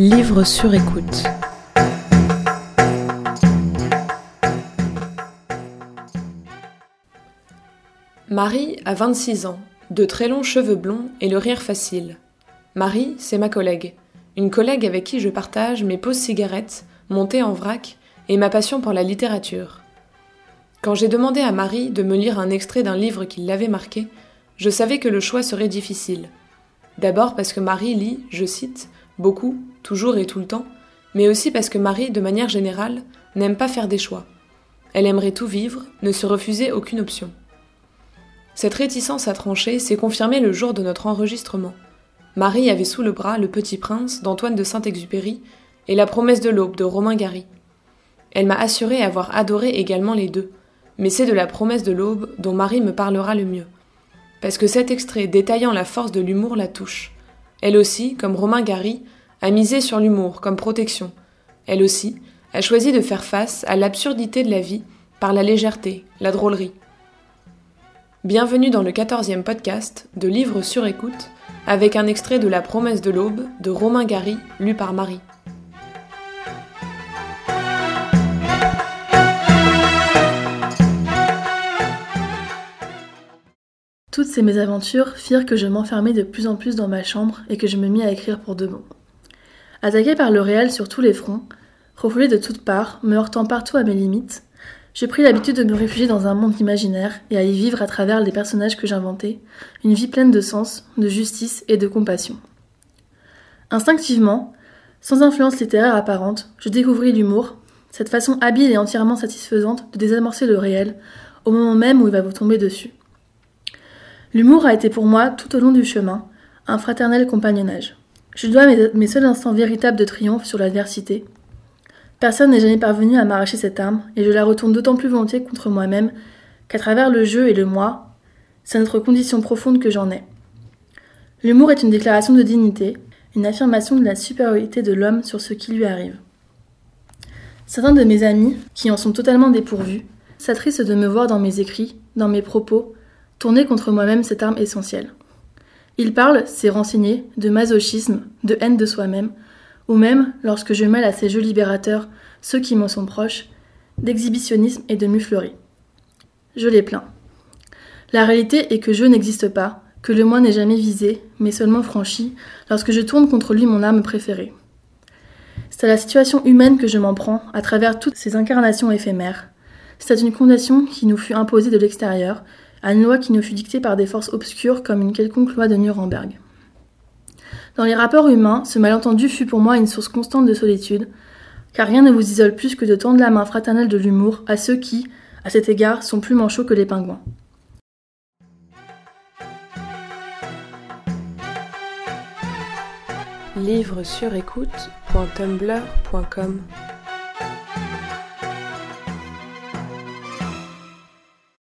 Livre sur écoute. Marie a 26 ans, de très longs cheveux blonds et le rire facile. Marie, c'est ma collègue. Une collègue avec qui je partage mes pauses cigarettes, mon thé en vrac et ma passion pour la littérature. Quand j'ai demandé à Marie de me lire un extrait d'un livre qui l'avait marqué, je savais que le choix serait difficile. D'abord parce que Marie lit, je cite, beaucoup, toujours et tout le temps, mais aussi parce que Marie, de manière générale, n'aime pas faire des choix. Elle aimerait tout vivre, ne se refuser aucune option. Cette réticence à trancher s'est confirmée le jour de notre enregistrement. Marie avait sous le bras Le Petit Prince d'Antoine de Saint-Exupéry et La Promesse de l'Aube de Romain Gary. Elle m'a assuré avoir adoré également les deux, mais c'est de La Promesse de l'Aube dont Marie me parlera le mieux. Parce que cet extrait détaillant la force de l'humour la touche. Elle aussi, comme Romain Gary, a misé sur l'humour comme protection. Elle aussi a choisi de faire face à l'absurdité de la vie par la légèreté, la drôlerie. Bienvenue dans le 14e podcast de Livre sur écoute, avec un extrait de La Promesse de l'Aube de Romain Gary, lu par Marie. Toutes ces mésaventures firent que je m'enfermai de plus en plus dans ma chambre et que je me mis à écrire pour de bon. Attaqué par le réel sur tous les fronts, refoulé de toutes parts, me heurtant partout à mes limites, j'ai pris l'habitude de me réfugier dans un monde imaginaire et à y vivre à travers les personnages que j'inventais, une vie pleine de sens, de justice et de compassion. Instinctivement, sans influence littéraire apparente, je découvris l'humour, cette façon habile et entièrement satisfaisante de désamorcer le réel, au moment même où il va vous tomber dessus. L'humour a été pour moi, tout au long du chemin, un fraternel compagnonnage. Je dois mes seuls instants véritables de triomphe sur l'adversité. Personne n'est jamais parvenu à m'arracher cette arme, et je la retourne d'autant plus volontiers contre moi-même qu'à travers le jeu et le moi, c'est notre condition profonde que j'en ai. L'humour est une déclaration de dignité, une affirmation de la supériorité de l'homme sur ce qui lui arrive. Certains de mes amis, qui en sont totalement dépourvus, s'attristent de me voir dans mes écrits, dans mes propos, tourner contre moi-même cette arme essentielle. Ils parlent, c'est renseigné, de masochisme, de haine de soi-même, ou même, lorsque je mêle à ces jeux libérateurs ceux qui me sont proches, d'exhibitionnisme et de muflerie. Je les plains. La réalité est que je n'existe pas, que le moi n'est jamais visé, mais seulement franchi, lorsque je tourne contre lui mon arme préférée. C'est à la situation humaine que je m'en prends, à travers toutes ces incarnations éphémères. C'est à une condition qui nous fut imposée de l'extérieur, à une loi qui nous fut dictée par des forces obscures comme une quelconque loi de Nuremberg. Dans les rapports humains, ce malentendu fut pour moi une source constante de solitude, car rien ne vous isole plus que de tendre la main fraternelle de l'humour à ceux qui, à cet égard, sont plus manchots que les pingouins. Livre sur écoute.tumblr.com